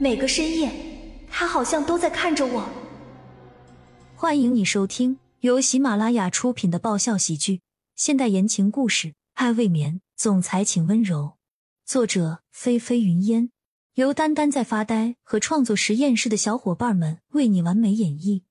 每个深夜，他好像都在看着我。 欢迎你收听由喜马拉雅出品的爆笑喜剧、现代言情故事《爱未眠》，总裁请温柔。作者：菲菲云烟，由丹丹在发呆和创作实验室的小伙伴们为你完美演绎。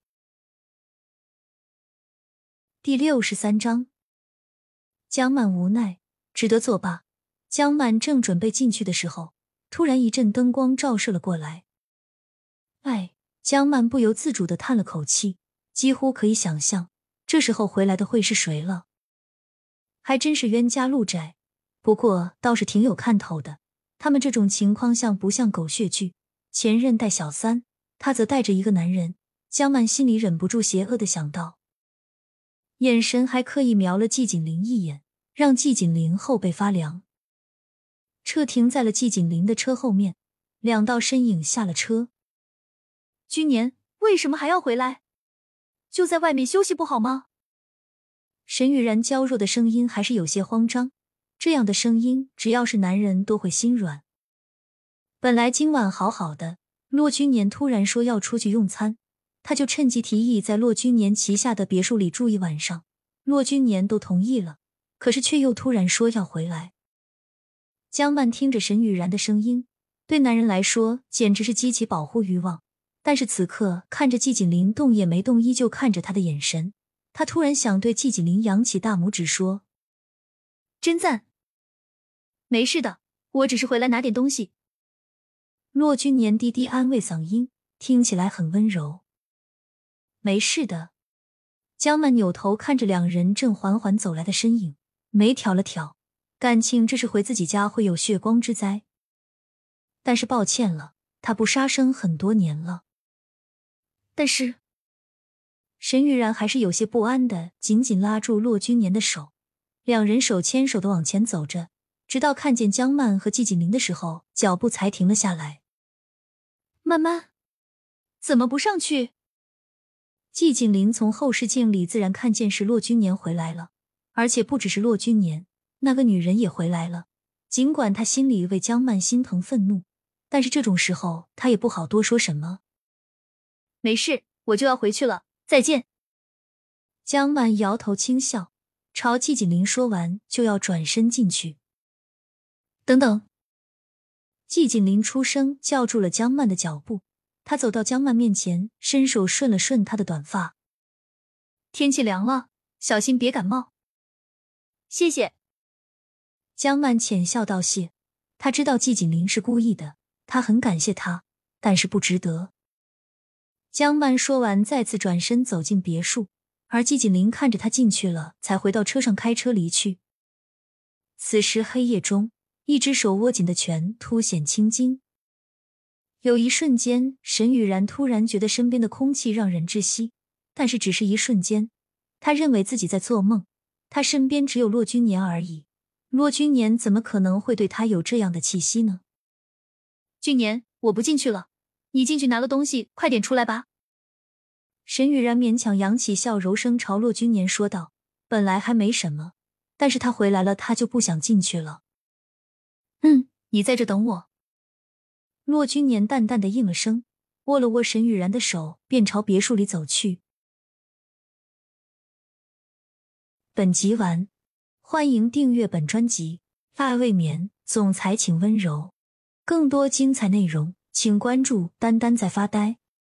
第63章，江曼无奈，只得作罢。江曼正准备进去的时候，突然一阵灯光照射了过来。哎，江曼不由自主地叹了口气，几乎可以想象这时候回来的会是谁了。还真是冤家路窄，不过倒是挺有看头的。他们这种情况像不像狗血剧？前任带小三，他则带着一个男人。江曼心里忍不住邪恶地想到，眼神还刻意瞄了季锦麟一眼，让季锦麟后背发凉。车停在了季锦麟的车后面，两道身影下了车。 君年为什么还要回来？就在外面休息不好吗？ 沈雨然娇弱的声音还是有些慌张，这样的声音只要是男人都会心软。本来今晚好好的，骆君年突然说要出去用餐，他就趁机提议在骆君年旗下的别墅里住一晚上。骆君年都同意了，可是却又突然说要回来。江曼听着沈雨然的声音，对男人来说简直是激起保护欲望，但是此刻看着季锦麟动也没动依旧看着他的眼神，他突然想对季锦麟扬起大拇指说： 真赞。没事的，我只是回来拿点东西。 骆君年低低安慰嗓音，听起来很温柔。没事的。江曼扭头看着两人正缓缓走来的身影，眉挑了挑，感情这是回自己家会有血光之灾。但是抱歉了，他不杀生很多年了。 但是沈雨然还是有些不安的紧紧拉住骆君年的手，两人手牵手的往前走着，直到看见江曼和季锦麟的时候，脚步才停了下来。 慢慢，怎么不上去？ 季锦麟从后视镜里自然看见是骆君年回来了，而且不只是骆君年，那个女人也回来了。尽管他心里为江曼心疼愤怒，但是这种时候他也不好多说什么。 没事，我就要回去了，再见。 江曼摇头轻笑，朝季锦麟说完就要转身进去。 等等。 季锦麟出声叫住了江曼的脚步，他走到江曼面前，伸手顺了顺她的短发。 天气凉了，小心别感冒。谢谢。 江曼浅笑道谢，他知道季锦麟是故意的，他很感谢他，但是不值得。江曼说完再次转身走进别墅，而季锦麟看着他进去了，才回到车上开车离去。此时黑夜中，一只手握紧的拳凸显青筋。有一瞬间，沈雨然突然觉得身边的空气让人窒息，但是只是一瞬间，他认为自己在做梦，他身边只有骆君年而已。骆君年怎么可能会对他有这样的气息呢？ 君年，我不进去了，你进去拿了东西，快点出来吧。 沈雨然勉强扬起笑，柔声朝骆君年说道，本来还没什么，但是他回来了，他就不想进去了。 你在这等我。 骆君年淡淡的应了声，握了握沈雨然的手，便朝别墅里走去。本集完，欢迎订阅本专辑，爱未眠，总裁请温柔。更多精彩内容请关注丹丹在发呆。